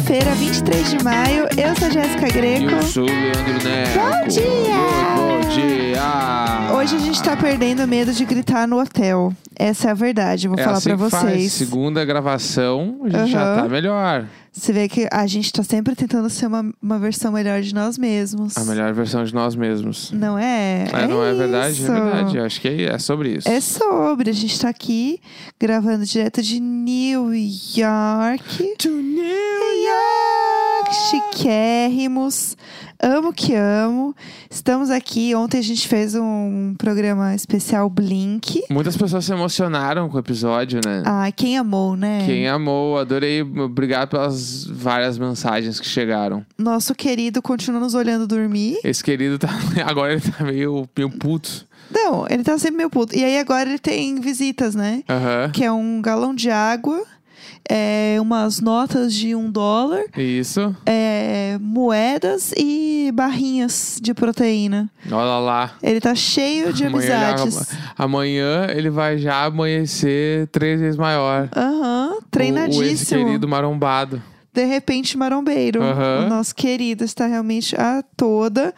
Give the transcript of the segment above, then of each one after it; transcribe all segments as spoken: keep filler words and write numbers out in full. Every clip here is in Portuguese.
Quinta-feira, vinte e três de maio. Eu sou a Jéssica Greco. Eu sou o Leandro Neco. Bom dia! Bom, bom dia! Hoje a gente tá perdendo medo de gritar no hotel. Essa é a verdade, eu vou é falar assim pra vocês. Faz. Segunda gravação, a gente uhum. já tá melhor. Você vê que a gente tá sempre tentando ser uma, uma versão melhor de nós mesmos. A melhor versão de nós mesmos. Não é? É, é não é verdade? isso. É verdade. Eu acho que é, é sobre isso. É sobre. A gente tá aqui gravando direto de New York. To New York! Chiquérrimos. Amo que amo. Estamos aqui. Ontem a gente fez um programa especial Blink. Muitas pessoas se emocionaram com o episódio, né? Ah, quem amou, né? Quem amou. Adorei. Obrigado pelas várias mensagens que chegaram. Nosso querido continua nos olhando dormir. Esse querido tá... Agora ele tá meio, meio puto. Não, ele tá sempre meio puto. E aí agora ele tem visitas, né? Uhum. Que é um galão de água. É, umas notas de um dólar. Isso. É, moedas e barrinhas de proteína. Olha lá. Ele tá cheio de amanhã amizades. Já, amanhã ele vai já amanhecer três vezes maior. Aham, uhum, treinadíssimo. O, o esse querido marombado. De repente, marombeiro. Uhum. O nosso querido está realmente a toda.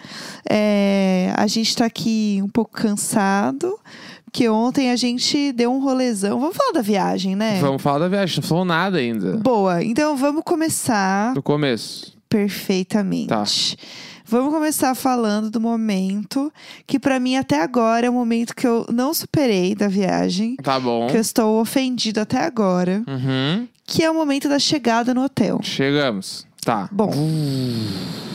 É, a gente tá aqui um pouco cansado. Porque ontem a gente deu um rolezão. Vamos falar da viagem, né? Vamos falar da viagem. Não falou nada ainda. Boa. Então, vamos começar... Do começo. Perfeitamente. Tá. Vamos começar falando do momento que pra mim até agora é o momento que eu não superei da viagem. Tá bom. Que eu estou ofendida até agora. Uhum. Que é o momento da chegada no hotel. Chegamos. Tá. Bom. Uh.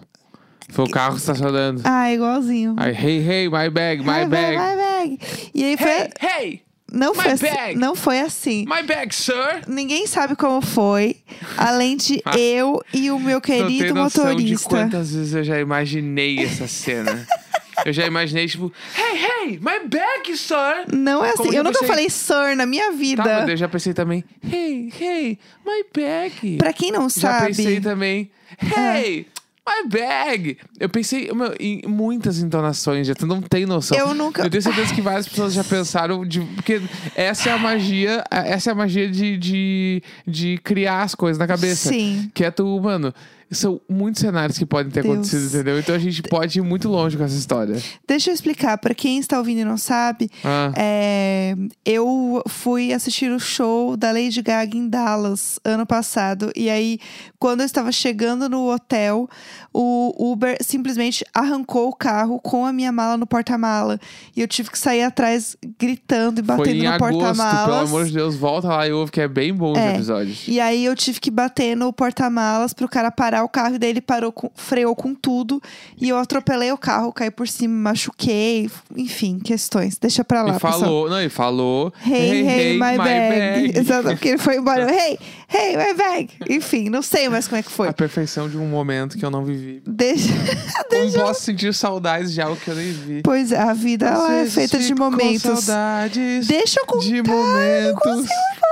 Foi o carro estacionando. Ah, igualzinho. Aí, hey, hey, my bag, my hey, bag. My bag. E aí foi... Hey, hey! Não my foi, assim, bag. não foi assim. My bag, sir! Ninguém sabe como foi, além de eu e o meu querido não tem noção motorista. De quantas vezes eu já imaginei essa cena. Eu já imaginei, tipo, hey, hey, my bag, sir! Não é assim. Como eu nunca pensei... falei sir na minha vida. Tá, mas eu já pensei também, hey, hey, my bag. Pra quem não já sabe... Já pensei também, hey... É. My bag! Eu pensei meu, em muitas entonações, já tu não tem noção. Eu nunca... Eu tenho certeza que várias pessoas já pensaram de... Porque essa é a magia, essa é a magia de, de, de criar as coisas na cabeça. Sim. Que é tu, mano... São muitos cenários que podem ter Deus. acontecido, entendeu? Então a gente pode ir muito longe com essa história. Deixa eu explicar, pra quem está ouvindo e não sabe, ah. é, eu fui assistir o show da Lady Gaga em Dallas ano passado. E aí, quando eu estava chegando no hotel, o Uber simplesmente arrancou o carro com a minha mala no porta-mala. E eu tive que sair atrás gritando e batendo Foi em no agosto, porta-malas. pelo amor de Deus, volta lá e ouve que é bem bom os é. episódios. E aí eu tive que bater no porta-malas pro cara parar o carro, e daí ele parou, com, freou com tudo, e eu atropelei o carro, caí por cima, machuquei, enfim, questões. Deixa pra lá, E falou, pessoal. não, e falou, hey, hey, hey my, my bag. bag. Exato, porque ele foi embora, hey, hey, my bag. Enfim, não sei mais como é que foi. A perfeição de um momento que eu não vivi. Deixa... Como deixa... posso sentir saudades de algo que eu nem vi? Pois é, a vida ela é feita de momentos. Com saudades Deixa eu contar, de momentos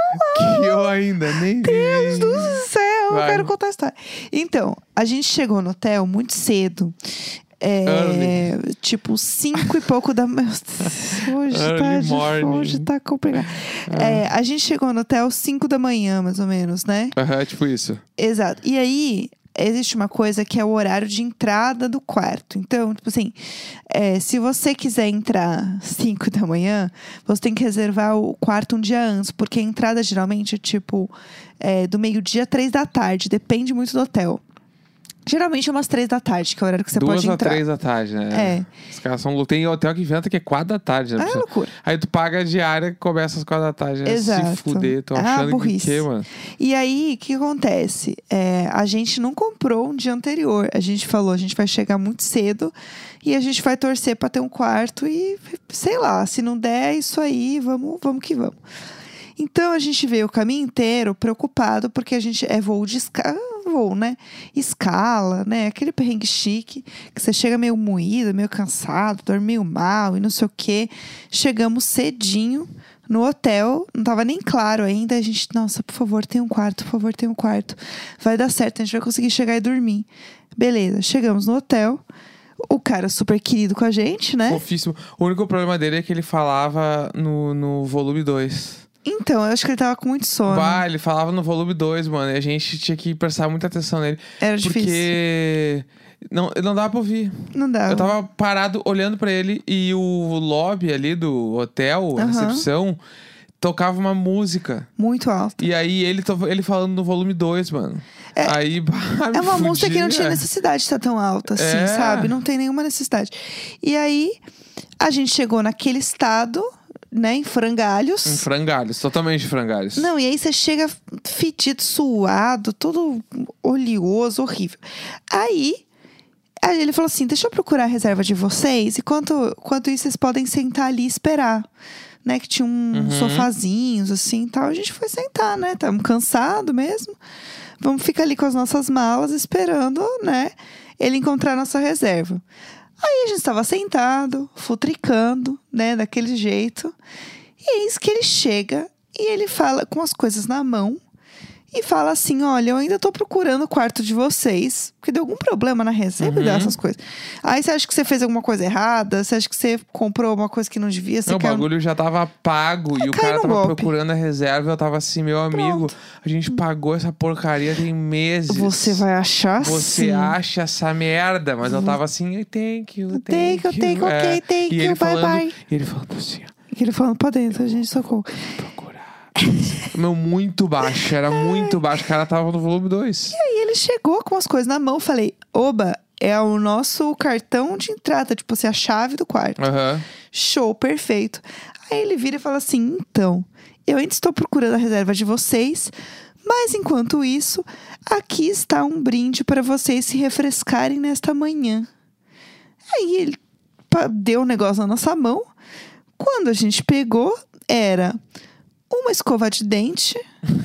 que eu ainda nem vi. Deus do céu, Vai. eu quero contar a história. Então, a gente chegou no hotel muito cedo. É, tipo, cinco e pouco da manhã. Hoje tá, de, hoje tá complicado. Ah. É, a gente chegou no hotel cinco da manhã, mais ou menos, né? Aham, uhum, tipo isso. Exato. E aí, existe uma coisa que é o horário de entrada do quarto. Então, tipo assim, é, se você quiser entrar cinco da manhã, você tem que reservar o quarto um dia antes. Porque a entrada, geralmente, é tipo, é, do meio-dia a três da tarde. Depende muito do hotel. Geralmente é umas três da tarde, que é o horário que você Duas pode entrar. Duas a três da tarde, né? É. Os caras são... Tem hotel que inventa que é quatro da tarde. Né? Ah, é loucura. Aí tu paga a diária que começa às quatro da tarde. Né? Exato. Se fuder, tô achando ah, burrice. que, mano. E aí, o que acontece? É, a gente não comprou um dia anterior. A gente falou, a gente vai chegar muito cedo e a gente vai torcer pra ter um quarto e, sei lá, se não der, é isso aí, vamos, vamos que vamos. Então, a gente veio o caminho inteiro preocupado, porque a gente é voo de escala, voo, né? Escala, né? Aquele perrengue chique, que você chega meio moído, meio cansado, dorme meio mal e não sei o quê. Chegamos cedinho no hotel, não tava nem claro ainda. A gente, nossa, por favor, tem um quarto, por favor, tem um quarto. Vai dar certo, a gente vai conseguir chegar e dormir. Beleza, chegamos no hotel. O cara super querido com a gente, né? Fofíssimo. O único problema dele é que ele falava no, no volume dois. Então, eu acho que ele tava com muito sono. Bah, ele falava no volume dois, mano. E a gente tinha que prestar muita atenção nele. Era difícil. Porque não, não dava pra ouvir. Não dava. Eu tava parado olhando pra ele e o lobby ali do hotel, a Aham. recepção, tocava uma música. Muito alto. E aí ele, to- ele falando no volume dois, mano. É- aí, bah, me É uma música que não tinha fudia. necessidade de estar tão alta assim, É. sabe? Não tem nenhuma necessidade. E aí, a gente chegou naquele estado, né, em frangalhos. Em frangalhos, totalmente frangalhos. Não, e aí você chega fedido, suado, todo oleoso, horrível. Aí, aí ele falou assim, deixa eu procurar a reserva de vocês. Enquanto, enquanto isso, vocês podem sentar ali e esperar. Né, que tinha uns Uhum. sofazinhos, assim, e tal. A gente foi sentar, né? Tamo cansado mesmo. Vamos ficar ali com as nossas malas esperando, né? Ele encontrar a nossa reserva. Aí a gente estava sentado, futricando, né? Daquele jeito. E eis que ele chega e ele fala com as coisas na mão. E fala assim, olha, eu ainda tô procurando o quarto de vocês. Porque deu algum problema na reserva Uhum. dessas coisas. Aí você acha que você fez alguma coisa errada? Você acha que você comprou uma coisa que não devia? Você Não, o quer... bagulho já tava pago e o cai cara no tava golpe. procurando a reserva. Eu tava assim, meu amigo, a gente pagou essa porcaria tem meses. Você vai achar Você sim. acha essa merda, mas eu tava assim, thank you, thank, Thank you, thank you, ok, thank e you, ele bye, falando, bye. E ele falando assim, ó, E ele falando pra dentro, a gente socorro. procurar. Meu, muito baixo, era muito baixo. O cara tava no volume dois. E ele chegou com as coisas na mão. Falei, oba, é o nosso cartão de entrada. Tipo assim, a chave do quarto. Aham. Show, perfeito. Aí ele vira e fala assim, então, eu ainda estou procurando a reserva de vocês. Mas enquanto isso, aqui está um brinde para vocês se refrescarem nesta manhã. Aí ele pa- deu um negócio na nossa mão. Quando a gente pegou, era uma escova de dente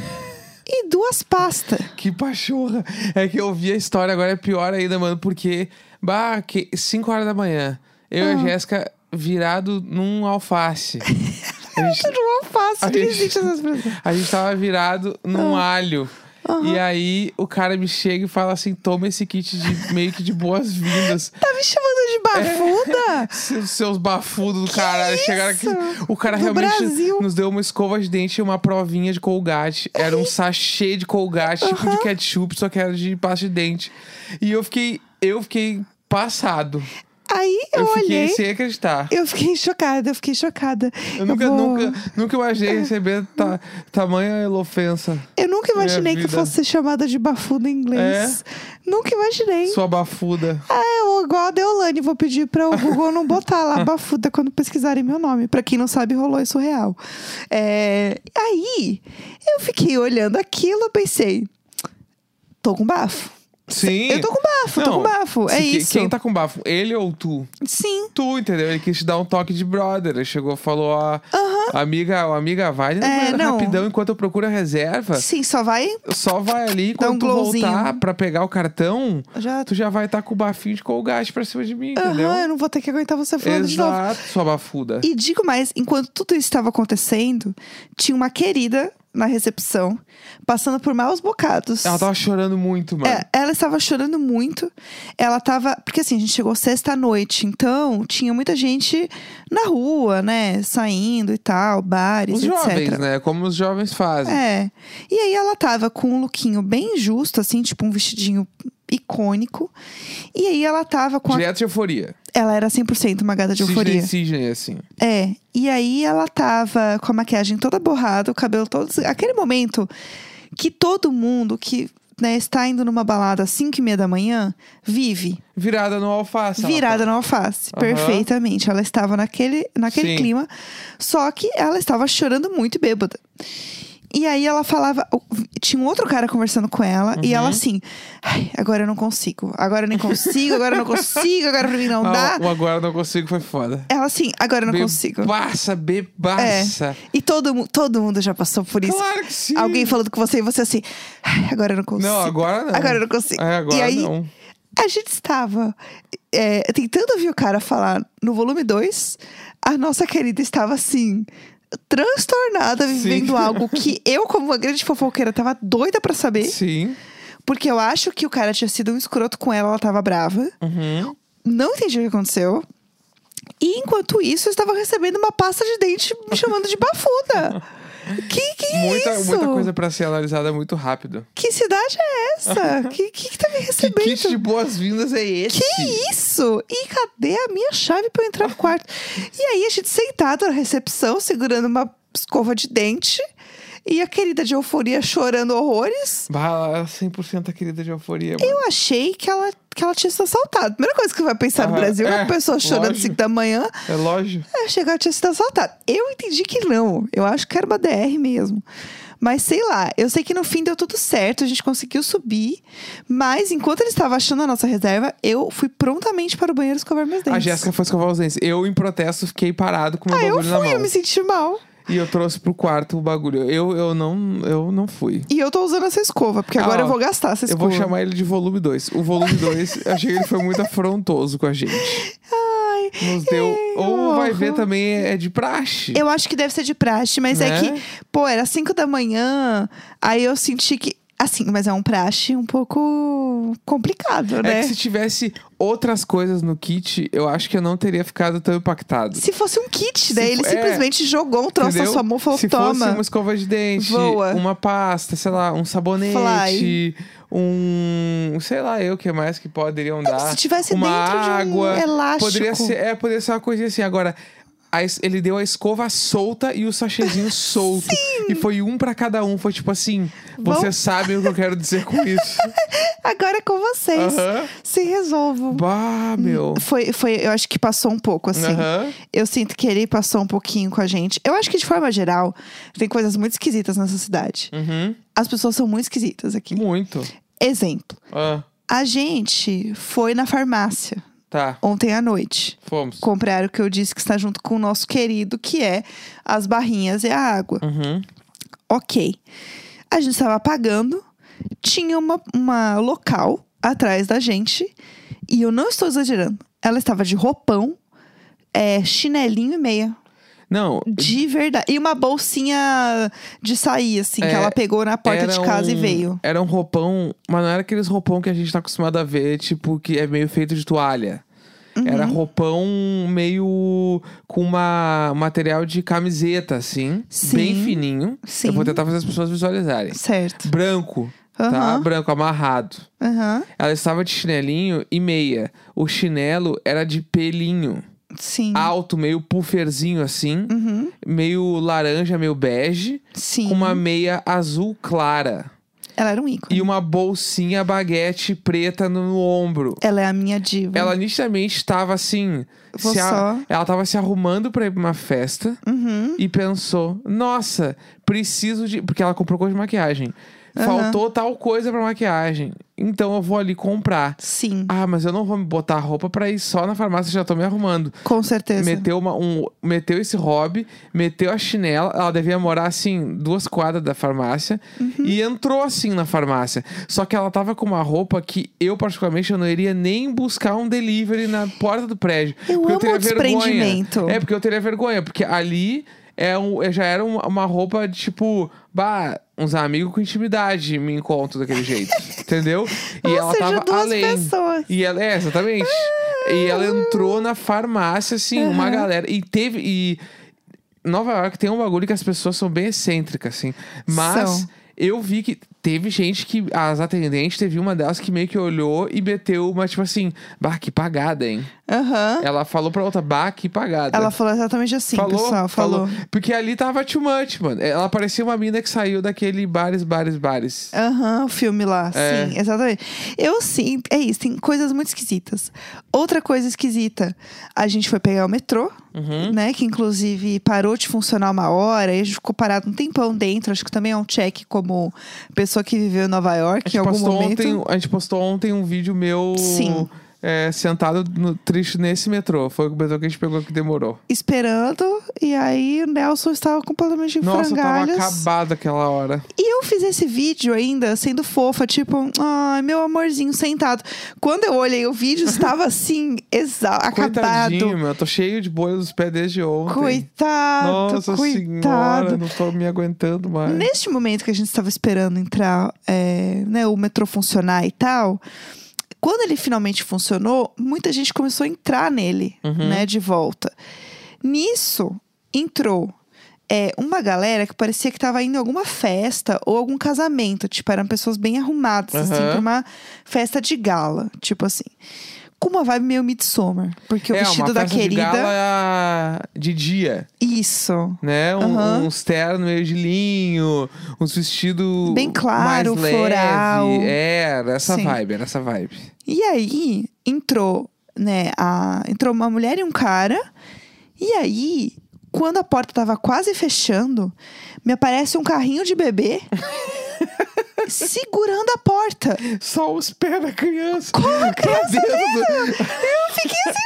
e duas pastas. Que pachorra. É que eu vi a história, agora é pior ainda, mano, porque, bah, que cinco horas da manhã, eu e a Ah. Jéssica virado num alface. A gente, Tudo alface, a nem gente- existe essa expressão. a gente tava virado num alho. E aí o cara me chega e fala assim: toma esse kit de meio que de boas-vindas. Tá me chamando de bafuda? Seus, seus bafudos do caralho. isso? Chegaram aqui. O cara Do realmente Brasil. nos deu uma escova de dente e uma provinha de Colgate. Era um sachê de Colgate, tipo de ketchup, só que era de pasta de dente. E eu fiquei, eu fiquei passado. Aí eu, Eu, fiquei olhei, sem acreditar. eu fiquei chocada, eu fiquei chocada. Eu nunca, vou- nunca, nunca imaginei receber ta, tamanha ofensa. Eu nunca imaginei que vida. fosse ser chamada de bafuda em inglês. Nunca imaginei. Sua bafuda. Ah, eu, igual a Deolane, vou pedir para o Google não botar lá bafuda quando pesquisarem meu nome. Pra quem não sabe, rolou isso real. É, aí, eu fiquei olhando aquilo e pensei, tô com bafo. Sim. Eu tô com bafo, tô Não, com bafo. É se que- isso. Quem tá com bafo? Ele ou tu? Sim. Tu, entendeu? Ele quis te dar um toque de brother. Ele chegou e falou: ó, amiga, ó, amiga, vai no É, banheiro não. rapidão enquanto eu procuro a reserva. Sim, só vai. Só vai ali, Dá um quando tu glowzinho. voltar pra pegar o cartão, Já. tu já vai estar com o bafinho de Colgate pra cima de mim, entendeu? Aham, eu não vou ter que aguentar você falando de novo. Exato, sua bafuda. E digo mais, enquanto tudo isso estava acontecendo, tinha uma querida na recepção, passando por maus bocados. Ela tava chorando muito, mano. É, ela estava chorando muito. Ela tava. Porque assim, a gente chegou sexta-noite, então tinha muita gente na rua, né? Saindo e tal, bares, Os etcétera. jovens, né? Como os jovens fazem. É. E aí ela tava com um lookinho bem justo, assim, tipo um vestidinho icônico. E aí ela tava com a... Direto de euforia. Ela era cem por cento uma gata de euforia. Sidney, Sidney, assim. É, e aí ela tava com a maquiagem toda borrada, o cabelo todo... Aquele momento que todo mundo que, né, está indo numa balada às cinco e meia da manhã, vive. Virada no alface. ela Virada tava. no alface, Aham. perfeitamente. Ela estava naquele, naquele Sim. clima, só que ela estava chorando muito e bêbada. E aí ela falava... Tinha um outro cara conversando com ela. Uhum. E ela assim... Ai, agora eu não consigo. Agora eu nem consigo. Agora eu não consigo. Agora pra mim não dá. Ah, o agora não consigo foi foda. Ela assim... Agora eu não consigo. Bebaça, bebaça. E todo, mu- todo mundo já passou por isso. Claro que sim. Alguém falando com você e você assim... Ai, agora eu não consigo. Não, agora não. Agora eu não consigo. É, agora e aí, não. a gente estava é, tentando ouvir o cara falar no volume dois. A nossa querida estava assim... transtornada, vivendo Sim. algo que eu, como uma grande fofoqueira, tava doida pra saber. Sim. Porque eu acho que o cara tinha sido um escroto com ela, ela tava brava. Uhum. Não entendi o que aconteceu. E enquanto isso, eu estava recebendo uma pasta de dente me chamando de bafuda. Que que é muita, isso? muita coisa pra ser analisada muito rápido. Que cidade é essa? que, que que tá me Que recebendo? kit de boas-vindas é esse? Que isso? E cadê a minha chave pra eu entrar no quarto? E aí, a gente sentado na recepção, segurando uma escova de dente. E a querida de euforia chorando horrores. Bah, cem por cento a querida de euforia. Mano. Eu achei que ela, que ela tinha sido assaltada. A primeira coisa que você vai pensar no Aham, Brasil é é, uma pessoa chorando às lógico. cinco da manhã. É lógico. É, chegar e tinha sido assaltada. Eu entendi que não. Eu acho que era uma D R mesmo. Mas sei lá, eu sei que no fim deu tudo certo, a gente conseguiu subir. Mas enquanto ele estava achando a nossa reserva, eu fui prontamente para o banheiro escovar meus dentes. A Jéssica foi escovar os dentes. Eu, em protesto, fiquei parado com o meu Ah, eu bagulho na fui, mão. eu me senti mal. E eu trouxe pro quarto o bagulho. Eu, eu, não, eu não fui. E eu tô usando essa escova, porque agora Ah, eu vou gastar essa Eu escova. vou chamar ele de volume dois. O volume dois, eu achei que ele foi muito afrontoso com a gente. Ai, Nos deu. é, Ou vai oh. ver também é de praxe. Eu acho que deve ser de praxe, mas é Né? que, pô, era cinco da manhã, aí eu senti que. Assim, mas é um praxe um pouco complicado, né? É que se tivesse outras coisas no kit, eu acho que eu não teria ficado tão impactado. Se fosse um kit, Se daí ele fo- é, simplesmente jogou um troço Entendeu? na sua mão e falou: Se toma. fosse uma escova de dente, Voa. uma pasta, sei lá, um sabonete, um. Sei lá, eu, o que mais que poderiam dar? se tivesse uma dentro de um água. elástico. Poderia ser, é, poderia ser uma coisa assim. Agora. a es- ele deu a escova solta e o sachêzinho solto. E foi um pra cada um. Foi tipo assim: Vão- vocês sabem o que eu quero dizer com isso. Agora é com vocês. Aham. Se resolvam. Bah, meu. Foi, foi, eu acho que passou um pouco, assim. Aham. Eu sinto que ele passou um pouquinho com a gente. Eu acho que, de forma geral, tem coisas muito esquisitas nessa cidade. Uhum. As pessoas são muito esquisitas aqui. Muito. Exemplo. Ah, A gente foi na farmácia tá. ontem à noite. Fomos. Comprar o que eu disse que está junto com o nosso querido, que é as barrinhas e a água. Uhum. Ok. A gente estava pagando, tinha uma, uma local atrás da gente, e eu não estou exagerando. Ela estava de roupão, é, chinelinho e meia. Não, De verdade. E uma bolsinha de sair, assim, É, que ela pegou na porta era de casa e um- veio. Era um roupão, mas não era aqueles roupão que a gente tá acostumado a ver, tipo, que é meio feito de toalha. Uhum. Era roupão meio com uma um material de camiseta, assim. Sim. Bem fininho. Sim. Eu vou tentar fazer as pessoas visualizarem. Certo. Branco, tá? Aham. Branco, amarrado. Aham. Ela estava de chinelinho e meia. O chinelo era de pelinho. Sim. Alto, meio pufferzinho assim. Uhum. Meio laranja, meio bege. Sim. Com uma meia azul clara. Ela era um ícone. E uma bolsinha baguete preta no, no ombro. Ela é a minha diva. Ela nitidamente estava assim. Vou se a- só. Ela estava se arrumando pra ir pra uma festa Uhum. e pensou: nossa, preciso de. Porque ela comprou coisa de maquiagem. Aham. Faltou tal coisa pra maquiagem. Então eu vou ali comprar. Sim. Ah, mas eu não vou me botar a roupa pra ir só na farmácia, já tô me arrumando. Com certeza. Meteu, uma, um, meteu esse hobby, meteu a chinela. Ela devia morar assim, duas quadras da farmácia. Uhum. E entrou assim na farmácia. Só que ela tava com uma roupa que eu, particularmente, eu não iria nem buscar um delivery na porta do prédio. Eu porque amo teria o desprendimento. vergonha. É, porque eu teria vergonha. Porque ali é um, já era uma, uma roupa de tipo, bah, uns amigos com intimidade me encontro daquele jeito. Entendeu? E Ou ela seja, tava duas além. pessoas. E ela, é, exatamente. E ela entrou na farmácia, assim, uma Aham. galera. E teve. E Nova York tem um bagulho que as pessoas são bem excêntricas, assim. Mas São. eu vi que teve gente que. As atendentes, teve uma delas que meio que olhou e meteu uma, tipo assim, bah, que pagada, hein? Aham. Ela falou pra outra, bah, que pagada. Ela falou exatamente assim, pessoal. Falou. Porque ali tava too much, mano. Ela parecia uma mina que saiu daquele bares, bares, bares. Aham, o filme lá. É. Sim, exatamente. Eu sim, é isso, tem coisas muito esquisitas. Outra coisa esquisita, a gente foi pegar o metrô, Uhum. né? Que inclusive parou de funcionar uma hora, e a gente ficou parado um tempão dentro. Acho que também é um check como pessoa que viveu em Nova A York em gente, algum postou momento. ontem, a gente postou ontem um vídeo meu Sim. é, sentado no, triste nesse metrô. Foi o metrô que a gente pegou que demorou. Esperando, e aí o Nelson estava completamente em Nossa, eu tava frangalhos. acabado aquela hora. E eu fiz esse vídeo ainda sendo fofa, tipo, ai, meu amorzinho sentado. Quando eu olhei o vídeo, estava assim, exausto, acabado. Coitadinho, meu. Eu tô cheio de bolha nos pés desde ontem. Coitado, Nossa coitado. senhora, não tô me aguentando mais. Neste momento que a gente estava esperando entrar, é, né, o metrô funcionar e tal, quando ele finalmente funcionou, muita gente começou a entrar nele, Uhum. né, de volta. Nisso, entrou é, uma galera que parecia que tava indo em alguma festa ou algum casamento. Tipo, eram pessoas bem arrumadas, Aham. assim, pra uma festa de gala. Tipo assim. Com uma vibe meio Midsommar. Porque o é, vestido uma da festa querida. de gala de dia, Isso. né? Um, Aham. Uns ternos meio de linho, uns vestidos Bem claro, mais floral. leve. É, era essa Sim. vibe, era essa vibe. E aí, entrou, né, a, entrou uma mulher e um cara. E aí, quando a porta tava quase fechando, me aparece um carrinho de bebê segurando a porta. Só os pés da criança. Com a criança dentro. Eu fiquei assim...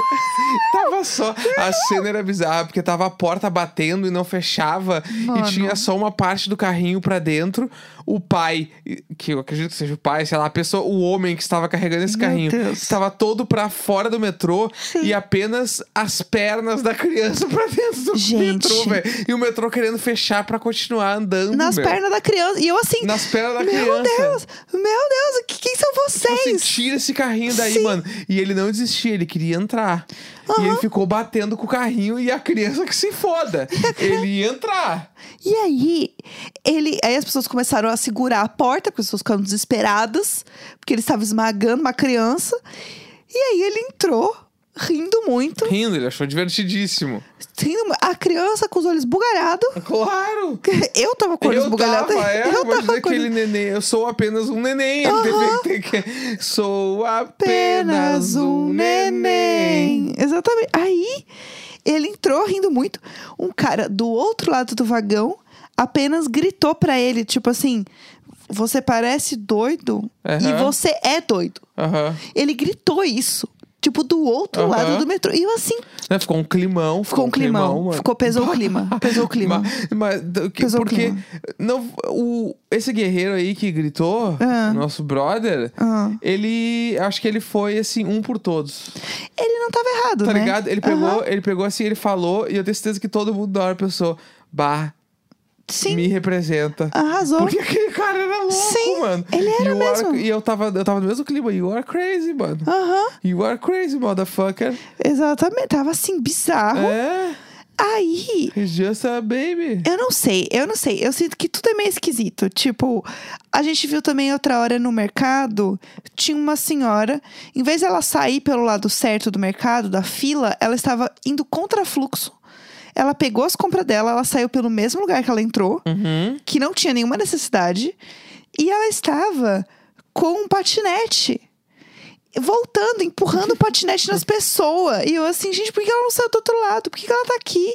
Tava só. A cena era bizarra, porque tava a porta batendo e não fechava. Mano. E tinha só uma parte do carrinho pra dentro. O pai, que eu acredito que seja o pai, sei lá, a pessoa, o homem que estava carregando esse Meu carrinho, Deus. estava todo pra fora do metrô. Sim. E apenas as pernas da criança pra dentro do Gente. metrô, velho. E o metrô querendo fechar pra continuar andando. Nas meu. pernas da criança. E eu assim... Nas pernas da meu criança. Deus! Meu Deus! que- Quem são Tipo assim, vocês? tira esse carrinho daí, Sim. mano. E ele não desistia, ele queria entrar. E ele ficou batendo com o carrinho e a criança que se foda. Ele ia entrar. E aí, ele, aí as pessoas começaram a segurar a porta, porque as pessoas ficaram desesperadas, porque ele estava esmagando uma criança. E aí ele entrou, rindo muito. Rindo, ele achou divertidíssimo. Rindo, mu- a criança com os olhos bugalhados. Claro! Eu tava com os olhos Eu bugalhados. tava, é, eu imagina tava com aquele neném. Eu sou apenas um neném. Ele teve que ter que... Sou apenas um neném. Exatamente. Aí, ele entrou rindo muito. Um cara do outro lado do vagão apenas gritou pra ele, tipo assim... Você parece doido e Aham. você é doido. Aham. Ele gritou isso. Tipo, do outro Aham. lado do metrô. E eu assim... Né, Ficou um climão. Ficou um climão. mano. Ficou, pesou o clima. Pesou o clima. Mas, mas do que- Pesou o porque clima. não, o, esse guerreiro aí que gritou, Ah. nosso brother, Ah. ele acho que ele foi assim, um por todos. Ele não tava errado, Tá né? ligado? Ele pegou, Aham. ele pegou assim, ele falou, e eu tenho certeza que todo mundo da hora pensou, bah, Sim, me representa. arrasou. Porque aquele cara era louco, Sim, mano. ele era You mesmo. Are, e eu tava, eu tava no mesmo clima. You are crazy, mano. Aham, You are crazy, motherfucker. exatamente. Tava assim, bizarro. É, Aí... he's just a baby. Eu não sei, eu não sei. Eu sinto que tudo é meio esquisito. Tipo, a gente viu também outra hora no mercado, tinha uma senhora, em vez dela sair pelo lado certo do mercado, da fila, ela estava indo contra fluxo. Ela pegou as compras dela, ela saiu pelo mesmo lugar que ela entrou, Uhum. que não tinha nenhuma necessidade, e ela estava com um patinete. Voltando, empurrando o patinete nas pessoas. E eu assim, gente, por que ela não saiu do outro lado? Por que que ela tá aqui?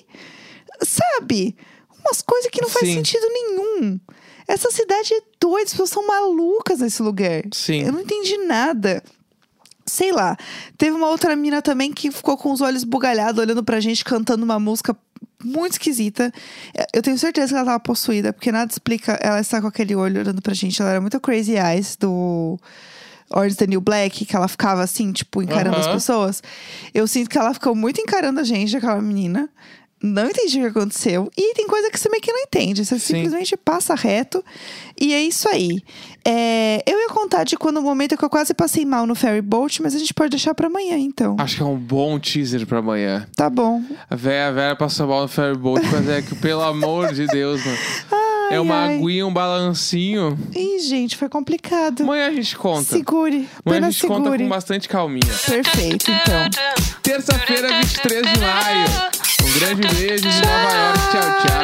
Sabe? Umas coisas que não faz Sim. sentido nenhum. Essa cidade é doida, as pessoas são malucas nesse lugar. Sim. Eu não entendi nada. Sei lá. Teve uma outra menina também que ficou com os olhos bugalhados, olhando pra gente, cantando uma música muito esquisita. Eu tenho certeza que ela tava possuída, porque nada explica ela estar com aquele olho olhando pra gente. Ela era muito Crazy Eyes do Orange is the New Black, que ela ficava assim, tipo, encarando as Aham. pessoas. Eu sinto que ela ficou muito encarando a gente, aquela menina. Não entendi o que aconteceu. E tem coisa que você meio que não entende. Você Sim. simplesmente passa reto. E é isso aí. É, eu ia contar de quando o momento que eu quase passei mal no ferry boat, mas a gente pode deixar pra amanhã, então. Acho que é um bom teaser pra amanhã. Tá bom. A véia, a véia passou mal no ferry boat, mas é que, pelo amor de Deus, mano. Ai, é uma ai. aguinha, um balancinho. Ih, gente, foi complicado. Amanhã a gente conta. Segure. Amanhã a Apenas gente conta segure. com bastante calminha. Perfeito, então. Terça-feira, vinte e três de maio. Um grande beijo de Nova York. Tchau, tchau.